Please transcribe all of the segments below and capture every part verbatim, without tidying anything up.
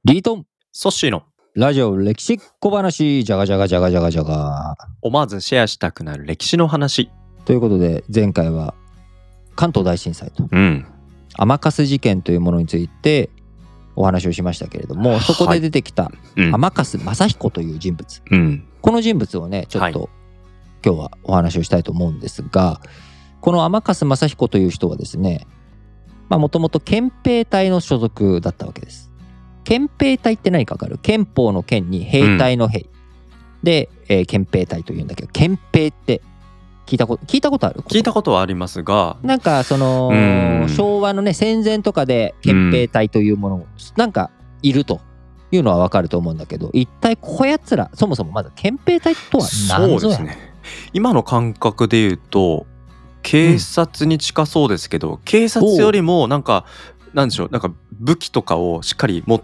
リートンソッシーのラジオ歴史小話じゃがじゃがじゃがじゃがじゃが思わずシェアしたくなる歴史の話。 ということで、前回は関東大震災とうん天粕事件というものについてお話をしましたけれども、そこで出てきたうん天粕正彦という人物、 うんこの人物をねちょっと今日はお話をしたいと思うんですが、この天粕正彦という人はですね、もともと憲兵隊の所属だったわけです。憲兵隊って何か分かる？憲法の憲に兵隊の兵、うん、で、えー、憲兵隊というんだけど、憲兵って聞いたこと聞いたことある？ 聞いたことはありますが、 なんかその昭和のね戦前とかで憲兵隊というもの、うん、なんかいるというのは分かると思うんだけど、一体こやつらそもそもまず憲兵隊とは何ぞや？ そうですね、今の感覚で言うと警察に近そうですけど、うん、警察よりもなんかなんでしょう、なんか武器とかをしっかり持って、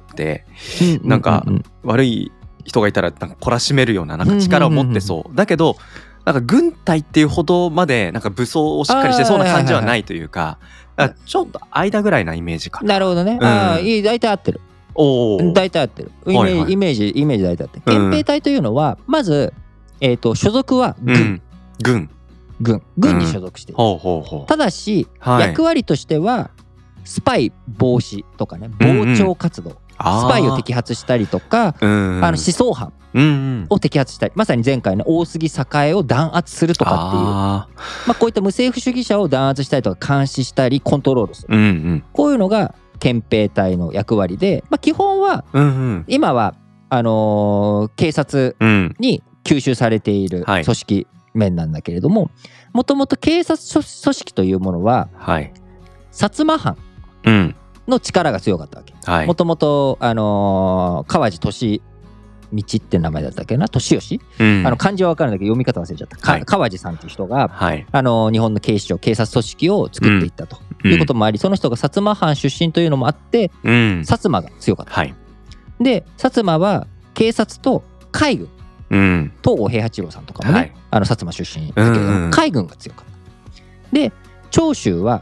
うん、なんか悪い人がいたらなんか懲らしめるようななんか力を持ってそう、うんうんうんうん、だけどなんか軍隊っていうほどまでなんか武装をしっかりしてそうな感じはないというか、だからちょっと間ぐらいなイメージかな。 なるほどね、うん、ああいい、大体合ってる。お大体合ってるイメージ、はいはい、イメージイメージ大体合ってる。憲兵隊というのはまず、えーと、所属は軍、うん、 軍軍軍に所属している、うん、ほうほうほう。ただし、はい、役割としてはスパイ防止とかね、傍聴活動、うんうん、スパイを摘発したりとか、あの思想犯を摘発したり、まさに前回の大杉栄を弾圧するとかっていう、あ、まあ、こういった無政府主義者を弾圧したりとか監視したりコントロールする、うんうん、こういうのが憲兵隊の役割で、まあ、基本は、うんうん、今はあのー、警察に吸収されている組織面なんだけれども、もともと警察組織というものは、はい、薩摩藩の力が強かったわけ。もともと川地利道って名前だったっけな、利吉、うん、あの漢字は分かるんだけど読み方忘れちゃった、はい、川地さんっていう人が、はい、あの日本の警視庁警察組織を作っていったと、うん、いうこともあり、その人が薩摩藩出身というのもあって、うん、薩摩が強かった、はい、で薩摩は警察と海軍、うん、東郷平八郎さんとかもね、はい、あの薩摩出身だけど、うん、海軍が強かった。で長州は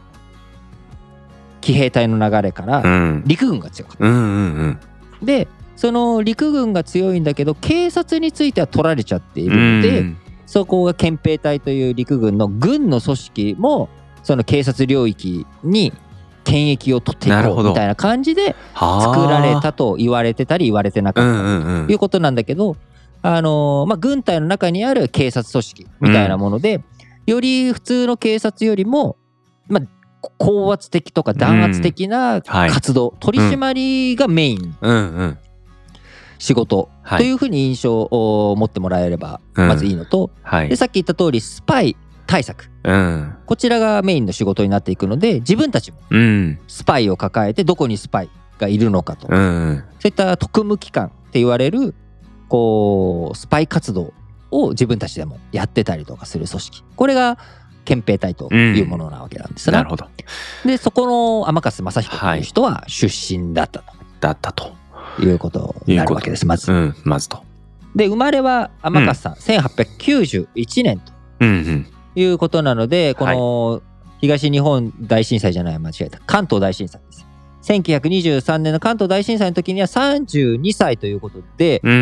騎兵隊の流れから陸軍が強かった、うんうんうんうん、でその陸軍が強いんだけど警察については取られちゃっているので、うん、そこが憲兵隊という陸軍の軍の組織もその警察領域に権益を取っていこうみたいな感じで作られたと言われてたり言われてなかったということなんだけど、あのーまあ、軍隊の中にある警察組織みたいなもので、うん、より普通の警察よりも、まあ高圧的とか弾圧的な活動、うん、はい、取り締まりがメイン、うんうんうん、仕事というふうに印象を持ってもらえればまずいいのと、うん、はい、でさっき言った通りスパイ対策、うん、こちらがメインの仕事になっていくので、自分たちもスパイを抱えてどこにスパイがいるのかと、うん、そういった特務機関って言われるこうスパイ活動を自分たちでもやってたりとかする組織、これが憲兵隊というものなわけなんですね、うん、なるほど。でそこの天粕正彦という人は出身だったと、はい、だったということになるわけです。まず、うん、まずと。で生まれは天粕さん、うん、せんはっぴゃくきゅうじゅういちねんということなので、うんうん、この東日本大震災じゃない間違えた関東大震災です。せんきゅうひゃくにじゅうさんねんの関東大震災の時にはさんじゅうにさいということで、うん、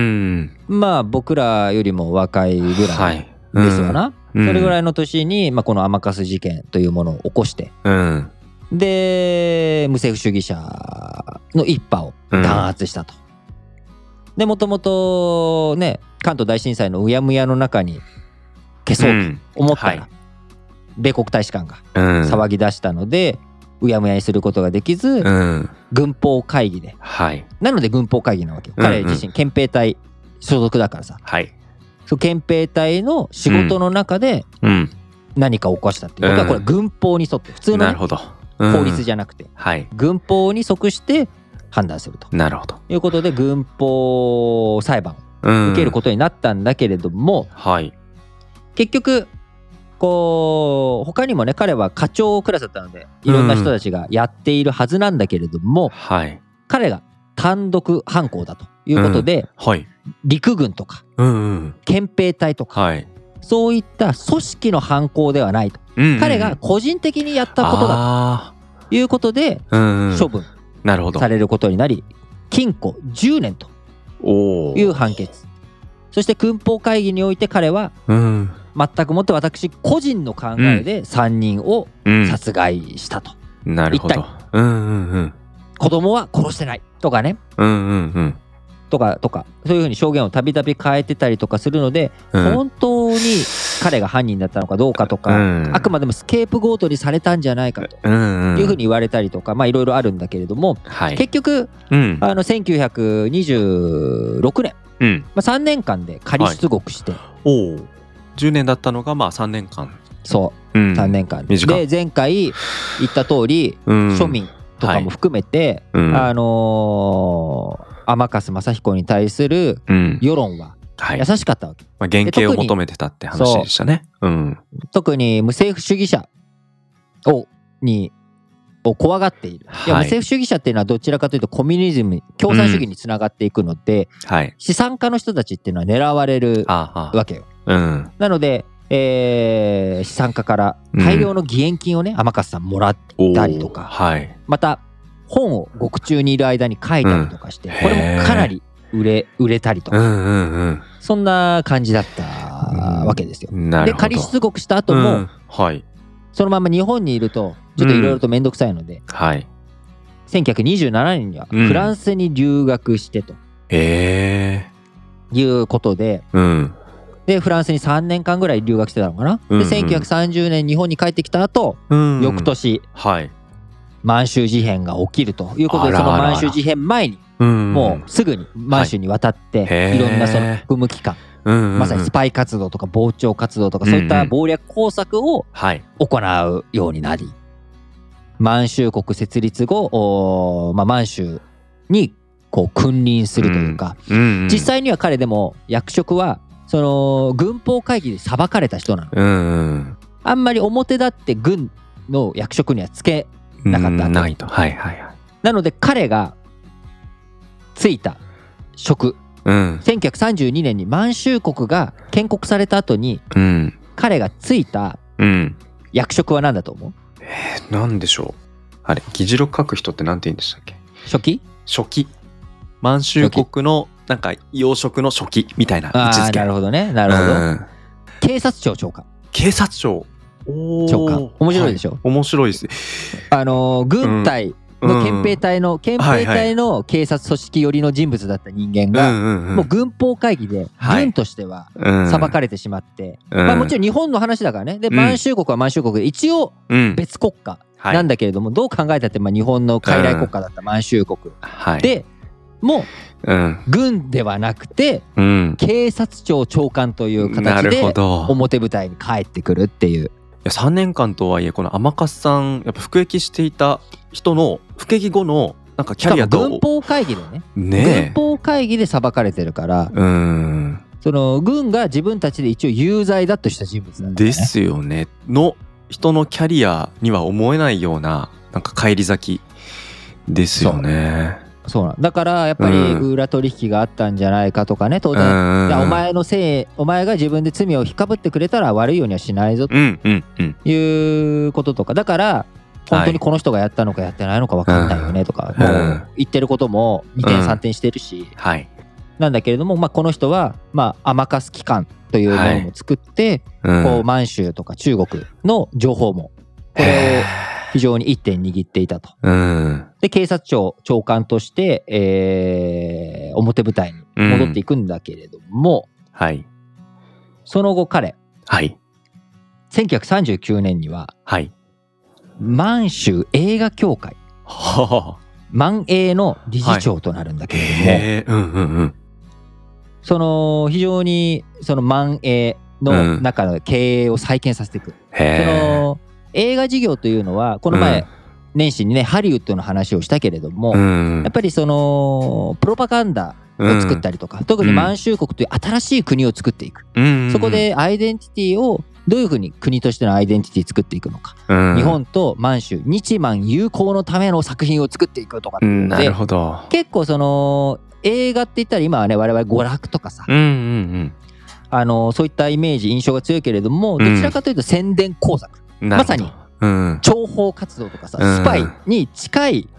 まあ僕らよりも若いぐらいですよな、はい、うん、それぐらいの年に、まあ、この天粕事件というものを起こして、うん、で無政府主義者の一派を弾圧したと、うん、でもともとね関東大震災のうやむやの中に消そうと思ったら、うん、はい、米国大使館が騒ぎ出したので、うん、うやむやにすることができず、うん、軍法会議で、はい、なので軍法会議なわけよ、うんうん、彼自身憲兵隊所属だからさ、はい、憲兵隊の仕事の中で何かを起こしたっていうことは、これ軍法に沿って普通の、ね、うん、法律じゃなくて、はい、軍法に即して判断するということで軍法裁判を受けることになったんだけれども、うん、はい、結局こう他にもね彼は課長クラスだったのでいろんな人たちがやっているはずなんだけれども、うん、はい、彼が単独犯行だということで、うん、はい、陸軍とか、うんうん、憲兵隊とか、はい、そういった組織の犯行ではないと、うんうん、彼が個人的にやったことだということで、うんうん、処分されることになり、 禁錮じゅうねんという判決。そして軍法会議において彼は、うん、全くもって私個人の考えでさんにんを殺害したと、 うん、なるほど、うんうんうん、 子供は殺してないとかね、うんうんうん、とかとかそういうふうに証言をたびたび変えてたりとかするので、うん、本当に彼が犯人だったのかどうかとか、うん、あくまでもスケープゴートにされたんじゃないかというふうに言われたりとか、まあいろいろあるんだけれども、はい、結局、うん、あのせんきゅうひゃくにじゅうろくねん、うんまあ、さんねんかんで仮出獄して、はい、 おじゅうねんだったのがまあさんねんかん。 そう、うん、さんねんかんで前回言った通り、うん、庶民とかも含めて、はいうん、あのー、天笠正彦に対する世論は優しかったわけ、 はいまあ、減刑を求めてたって話でしたね、うん、 特に無政府主義者をにを怖がっている、はい、いや無政府主義者っていうのはどちらかというとコミュニズム共産主義につながっていくので、うんはい、資産家の人たちっていうのは狙われるわけよ、うん、なので、えー、資産家から大量の義援金をね、うん、天笠さんもらったりとか、はい、また本を獄中にいる間に書いたりとかして、うん、これもかなり売れ売れたりとか、うんうんうん、そんな感じだったわけですよ。で仮出獄した後も、うんはい、そのまま日本にいるとちょっといろいろと面倒くさいので、うんはい、せんきゅうひゃくにじゅうななねんにはフランスに留学してと、うん、いうことで、うん、でフランスにさんねんかんぐらい留学してたのかな、うんうん、でせんきゅうひゃくさんじゅうねん日本に帰ってきた後、うんうん、翌年、はい、満州事変が起きるということで、その満州事変前にもうすぐに満州に渡って、はい、いろんなその職務機関、うんうんうん、まさにスパイ活動とか傍聴活動とかそういった謀略工作を行うようになり、はい、満州国設立後、まあ、満州にこう君臨するというか、うんうんうん、実際には彼でも役職はその軍法会議で裁かれた人なの、うんうん、あんまり表立って軍の役職にはつけなかったないと、はいはいはい、 なので彼がついた職、うん、せんきゅうひゃくさんじゅうにねんに満州国が建国された後に、うん、彼がついた役職は何だと思う？ えー、何でしょう。あれ議事録書く人って何て言うんでしたっけ？ 書記？ 書記。満州国のなんか要職の書記みたいな位置づけ。 あ、なるほどね、なるほど、うん、警察庁長官。 警察庁長官面白いでしょ、はい、 面白いです。 あのー、軍隊の憲兵隊の、うん、憲兵隊の警察組織寄りの人物だった人間が、うんうんうん、もう軍法会議で軍としては裁かれてしまって、うんまあ、もちろん日本の話だからね。で満州国は満州国で一応別国家なんだけれども、うん、どう考えたってまあ日本の傀儡国家だった満州国、うんはい、でもう、うん、軍ではなくて、うん、警察庁長官という形で表舞台に帰ってくるっていう。 いやさんねんかんとはいえこの天笠さんやっぱ服役していた人の服役後のなんかキャリアと軍法会議で ね, ね軍法会議で裁かれてるから、うんその軍が自分たちで一応有罪だとした人物なんだよね。 ですよね。の人のキャリアには思えないようななんか返り咲きですよね。 そうなんだからやっぱり裏取引があったんじゃないかとかね、当然、うん、お前のせいお前が自分で罪を引っかぶってくれたら悪いようにはしないぞということとか、だから本当にこの人がやったのかやってないのか分かんないよねとか、もう言ってることもにてんさんてんしてるし、なんだけれども、まあ、この人はまあ天笠機関というものも作って、こう満州とか中国の情報もこれを非常に一手に握っていたと、うん、で警察庁長官として、えー、表舞台に戻っていくんだけれども、うんはい、その後彼、はい、せんきゅうひゃくさんじゅうきゅうねんには、はい、満州映画協会、はあ、満映の理事長となるんだけれども、はいうんうんうん、その非常にその満映の中の経営を再建させていく、うん、その映画事業というのはこの前、うん、年始にねハリウッドの話をしたけれども、うん、やっぱりそのプロパガンダを作ったりとか、うん、特に満州国という新しい国を作っていく、うん、そこでアイデンティティをどういうふうに国としてのアイデンティティ作っていくのか、うん、日本と満州日満友好のための作品を作っていくとかっていうので、うん、なるほど。結構その映画って言ったら今はね我々娯楽とかさ、うんうんうんあのそういったイメージ印象が強いけれども、どちらかというと宣伝工作、うん、まさに諜報活動とかさ、うん、スパイに近い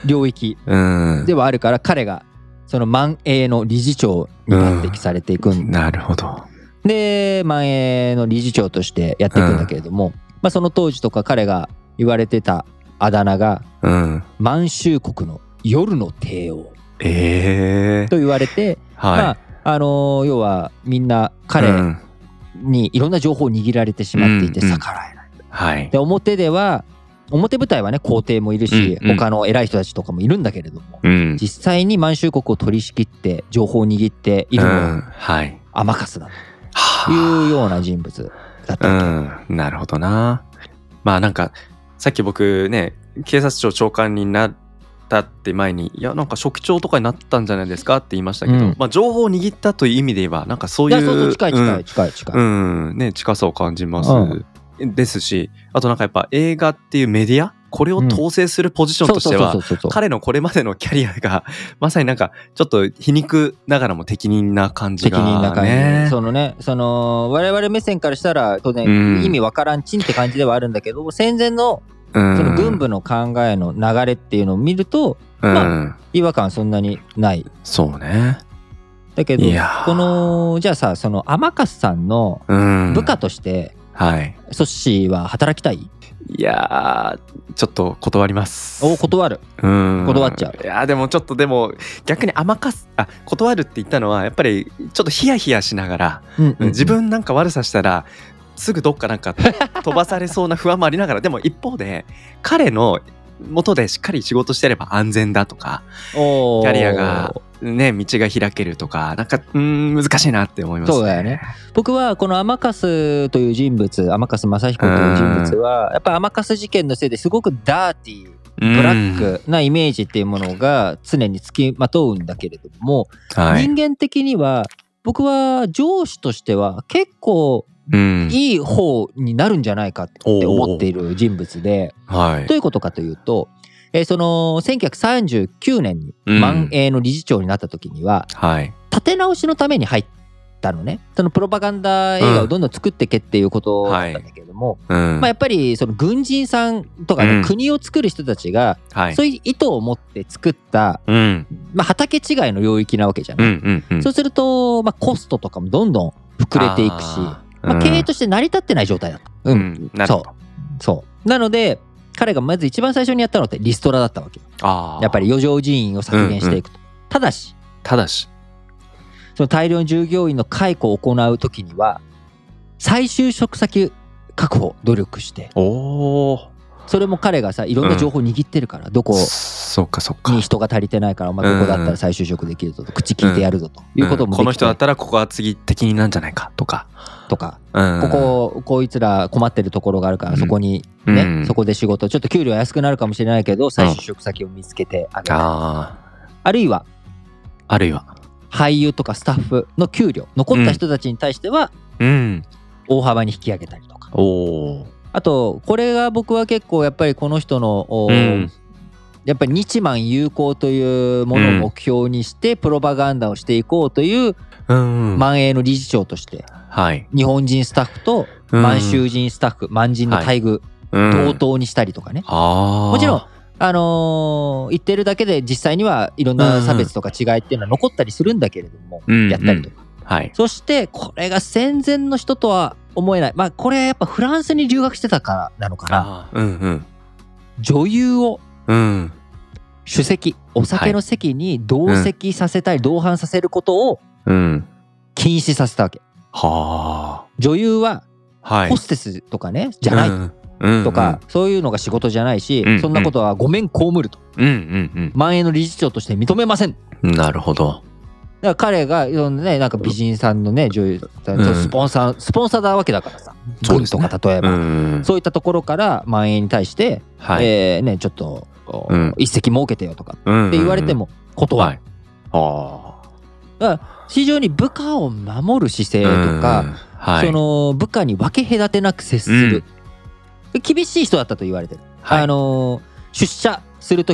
領域ではあるから、彼がその万栄の理事長に抜擢されていくん、 うん、なるほど。 で万栄の理事長としてやっていくんだけれども、うん、まあ、その当時とか彼が言われてたあだ名が、うん、満州国の夜の帝王、えー、と言われて、はい、まああのー、要はみんな彼にいろんな情報を握られてしまっていて逆らえない、うんうん、はい、で表では表舞台はね皇帝もいるし、うんうん、他の偉い人たちとかもいるんだけれども、うん、実際に満州国を取り仕切って情報を握っているのは、うん、はい、天笠だというような人物だったわけ、 うん、なるほどな。まあなんかさっき僕ね警察庁長官になったって前にいやなんか職長とかになったんじゃないですかって言いましたけど、うん、まあ情報を握ったという意味で言えばなんかそういう、いやそうそう近い近い近い近い、 うんうん、ね、近さを感じます、うんですし、あとなんかやっぱ映画っていうメディアこれを統制するポジションとしては彼のこれまでのキャリアがまさになんかちょっと皮肉ながらも適任な感じが、ね、 適任な感じ、そのねその我々目線からしたら当然意味わからんちんって感じではあるんだけど、うん、戦前のその軍部の考えの流れっていうのを見ると、うん、まあ違和感そんなにない。 そうね。 だけどこのじゃあさその天笠さんの部下として、うん、はい、ソッシーは働きたい？ いやーちょっと断ります。 お断る。うん断っちゃう。 いやでもちょっとでも逆に甘かすあ断るって言ったのはやっぱりちょっとヒヤヒヤしながら、うんうんうん、自分なんか悪さしたらすぐどっかなんか飛ばされそうな不安もありながらでも一方で彼の元でしっかり仕事してれば安全だとかキャリアがね道が開けるとかなんかうーん難しいなって思いますね。 そうだよね。僕はこの天笠という人物天笠正彦という人物はやっぱり天笠事件のせいですごくダーティーブラックなイメージっていうものが常につきまとうんだけれども、はい、人間的には僕は上司としては結構いい方になるんじゃないかって思っている人物で、はい、どういうことかというと、えー、そのせんきゅうひゃくさんじゅうきゅうねんに万栄の理事長になった時には、うんはい、立て直しのために入ったのね。そのプロパガンダ映画をどんどん作ってけっていうことだったんだけども、うんはいまあ、やっぱりその軍人さんとか、ねうん、国を作る人たちが、はい、そういう意図を持って作った、うんまあ、畑違いの領域なわけじゃない、うんうんうん、そうすると、まあ、コストとかもどんどん膨れていくしまあ、経営として成り立ってない状態だった。うん、うん、なるほど。そうそうなので彼がまず一番最初にやったのってリストラだったわけよ。あやっぱり余剰人員を削減していくと、うんうん、ただしただしその大量の従業員の解雇を行う時には再就職先確保努力しておそれも彼がさいろんな情報握ってるから、うん、どこに人が足りてないからお前どこだったら再就職できるぞと、うん、口聞いてやるぞということもできて、うん、 この人だったらここは次適任なんじゃないかとかとか、うん、こここいつら困ってるところがあるからそこにね、うん、そこで仕事ちょっと給料安くなるかもしれないけど再就職先を見つけてあげる、うん、あ, あるいはあるいは俳優とかスタッフの給料残った人たちに対しては大幅に引き上げたりとか、うん、おあとこれが僕は結構やっぱりこの人の、うん、やっぱり日満友好というものを目標にしてプロパガンダをしていこうという万栄の理事長として日本人スタッフと満州人スタッフ満人の待遇同等にしたりとかね、もちろんあのー、言ってるだけで実際にはいろんな差別とか違いっていうのは残ったりするんだけれども、やったりとか、はい、そしてこれが戦前の人とは思えない。まあこれやっぱフランスに留学してたからなのかな、うんうん、女優を首席お酒の席に同席させたり同伴させることを禁止させたわけ、はあ、女優はホステスとかねじゃない、うんとか、うんうん、そういうのが仕事じゃないし、うんうん、そんなことはごめん被ると、うんうんうん、万栄の理事長として認めません。 なるほど。だから彼がいろんなねなんか美人さんのね女優さん、うん、スポンサースポンサーなわけだからさ、軍とか例えば、うん、そういったところから万栄に対して、はいえーね、ちょっと、うん、一席設けてよとかって言われても断る、うんうんうんはい、あだから非常に部下を守る姿勢とか、うんはい、その部下に分け隔てなく接する、うん厳しい人だったと言われてる、はい、あの出社する時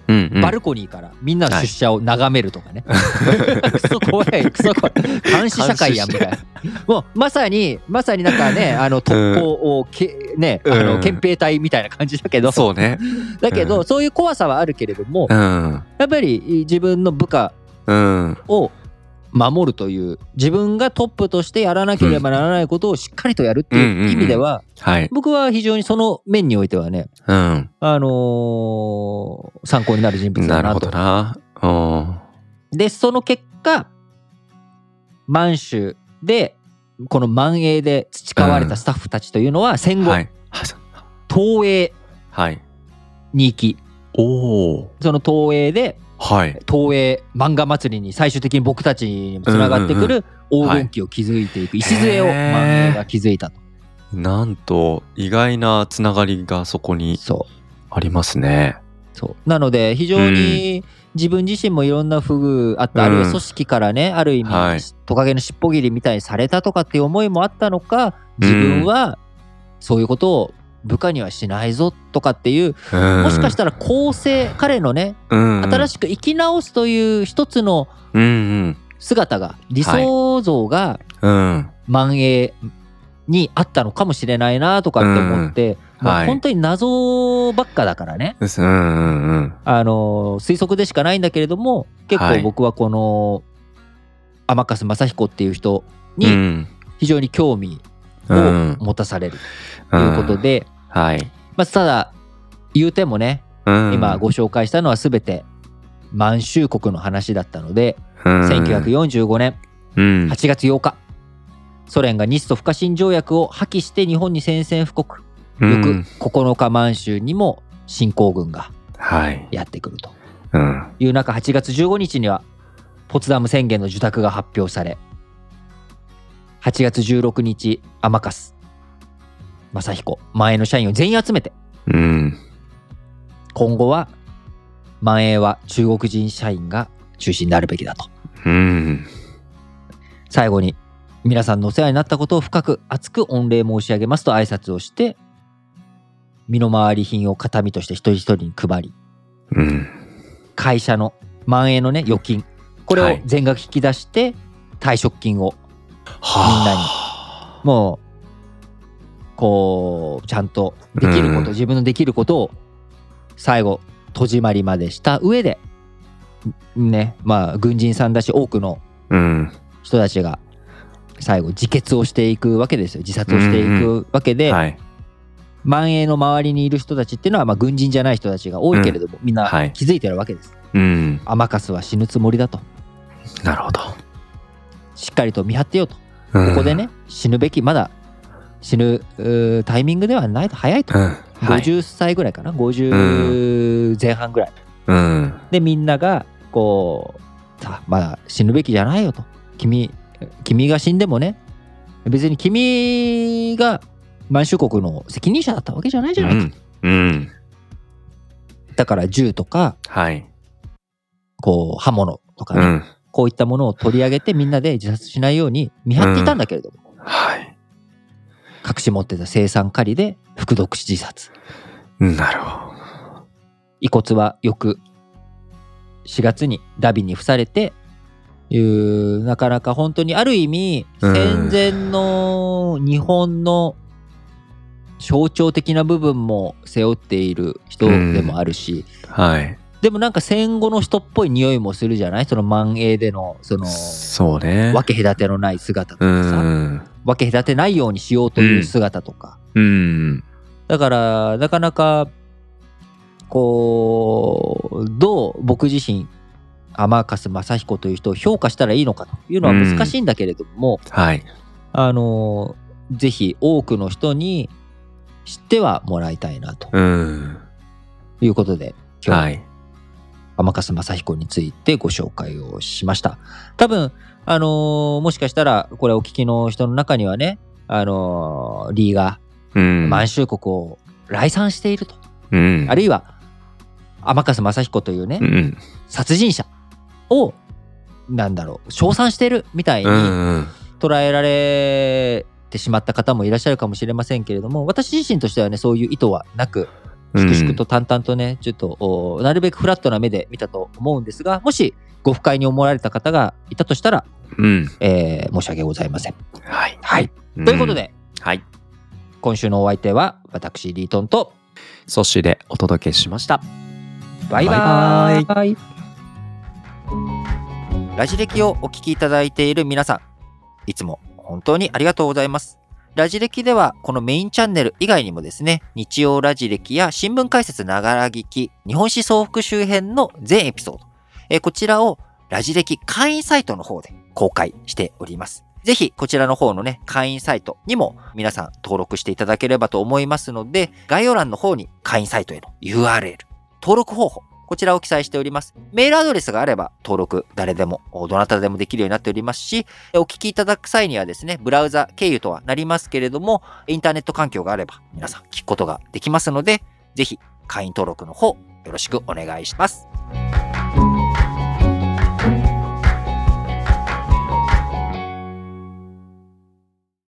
うんうん、 バルコニーからみんなの出社を眺めるとかね、はい、クソ怖いクソ怖い監視社会やんみたいなもうまさにまさになんかねあの特攻をけ、ね、あの憲兵隊みたいな感じだけど、 そうね、 だけど、うん、そういう怖さはあるけれども、うん、やっぱり自分の部下を守るという自分がトップとしてやらなければならないことをしっかりとやるっていう意味では、僕は非常にその面においてはね、うん、あのー、参考になる人物だなと。 なるほどな。 でその結果満州でこの満英で培われたスタッフたちというのは戦後、うんはい、東映に行き、おその東映ではい、東映漫画祭りに最終的に僕たちにもつながってくる黄金期を築いていく礎を満英が築いたと。 なんと意外なつながりがそこにありますね。 そうなので非常に自分自身もいろんな不遇あった、うん、あるいは組織からねある意味、はい、トカゲの尻尾切りみたいにされたとかっていう思いもあったのか、自分はそういうことを部下にはしないぞとかっていう、うん、もしかしたら構成彼のね、うんうん、新しく生き直すという一つの姿が、理想像が満英にあったのかもしれないなとかって思って、うんまあ、本当に謎ばっかだからね、うんうんうん、あの推測でしかないんだけれども、結構僕はこの天笠正彦っていう人に非常に興味を持たされるということで、うんうんはい、まあ、ただ言うてもね、うん、今ご紹介したのは全て満州国の話だったので、うん、せんきゅうひゃくよんじゅうごねんはちがつようか、ソ連が日ソ不可侵条約を破棄して日本に宣戦布告、翌ここのか満州にも侵攻軍がやってくるという中、はちがつじゅうごにちにはポツダム宣言の受諾が発表され、はちがつじゅうろくにち天笠正彦満英の社員を全員集めて、うん、今後は満英は中国人社員が中心になるべきだと、うん、最後に皆さんのお世話になったことを深く厚く御礼申し上げますと挨拶をして、身の回り品を形見として一人一人に配り、うん、会社の満英のね預金これを全額引き出して退職金をみんなにもうこうちゃんとできること、うん、自分のできることを最後戸締まりまでした上でね、まあ軍人さんだし多くの人たちが最後自決をしていくわけですよ。自殺をしていくわけで、うんうんはい、満英の周りにいる人たちっていうのはまあ軍人じゃない人たちが多いけれども、うん、みんな気づいてるわけです、はい、うん、天笠は死ぬつもりだと。 なるほど。 しっかりと見張ってよと、うん、ここでね死ぬべきまだ死ぬタイミングではないと、早いと、うんはい、ごじゅっさいぐらいかな、ごじゅうぜん半ぐらい、うん、でみんながこうさあまだ死ぬべきじゃないよと、君君が死んでもね別に君が満州国の責任者だったわけじゃないじゃないかと、うんうん、だから銃とか、はい、こう刃物とかね、うん、こういったものを取り上げてみんなで自殺しないように見張っていたんだけれども、うんはい、隠し持ってた青酸カリで服毒死自殺。 なるほど。 遺骨は翌しがつにダビに付されて、いうなかなか本当にある意味戦前の日本の象徴的な部分も背負っている人でもあるし、うんはい、でもなんか戦後の人っぽい匂いもするじゃない、その満英でのそのそうね分け隔てのない姿とかさ、分け隔てないようにしようという姿とか、うん、だからなかなかこうどう僕自身天笠正彦という人を評価したらいいのかというのは難しいんだけれども、うんはい、あのぜひ多くの人に知ってはもらいたいなと、うん、いうことで今日、はい、天笠正彦についてご紹介をしました。多分あのー、もしかしたらこれお聞きの人の中にはね、あのー、リーが満州国を来賛していると、うん、あるいは天笠正彦というね、うん、殺人者をなんだろう称賛してるみたいに捉えられてしまった方もいらっしゃるかもしれませんけれども、私自身としてはねそういう意図はなく、 粛々と淡々とね、ちょっとなるべくフラットな目で見たと思うんですが、もしご不快に思われた方がいたとしたら、うんえー、申し訳ございません。 はい、 はい、ということで、 はい、 今週のお相手は私リートンとソッシーでお届けしました。 バイバイ。バイバイ。ラジ歴をお聞きいただいている皆さん、いつも本当にありがとうございます。ラジ歴ではこのメインチャンネル以外にもですね、日曜ラジ歴や新聞解説ながら聞き、日本史総復周辺の全エピソード、えこちらをラジ歴会員サイトの方で公開しております。ぜひこちらの方のね、会員サイトにも皆さん登録していただければと思いますので、概要欄の方に会員サイトへの ユーアールエル、登録方法、こちらを記載しております。メールアドレスがあれば登録誰でもどなたでもできるようになっておりますし、お聞きいただく際にはですね、ブラウザ経由とはなりますけれども、インターネット環境があれば皆さん聞くことができますので、ぜひ会員登録の方よろしくお願いします。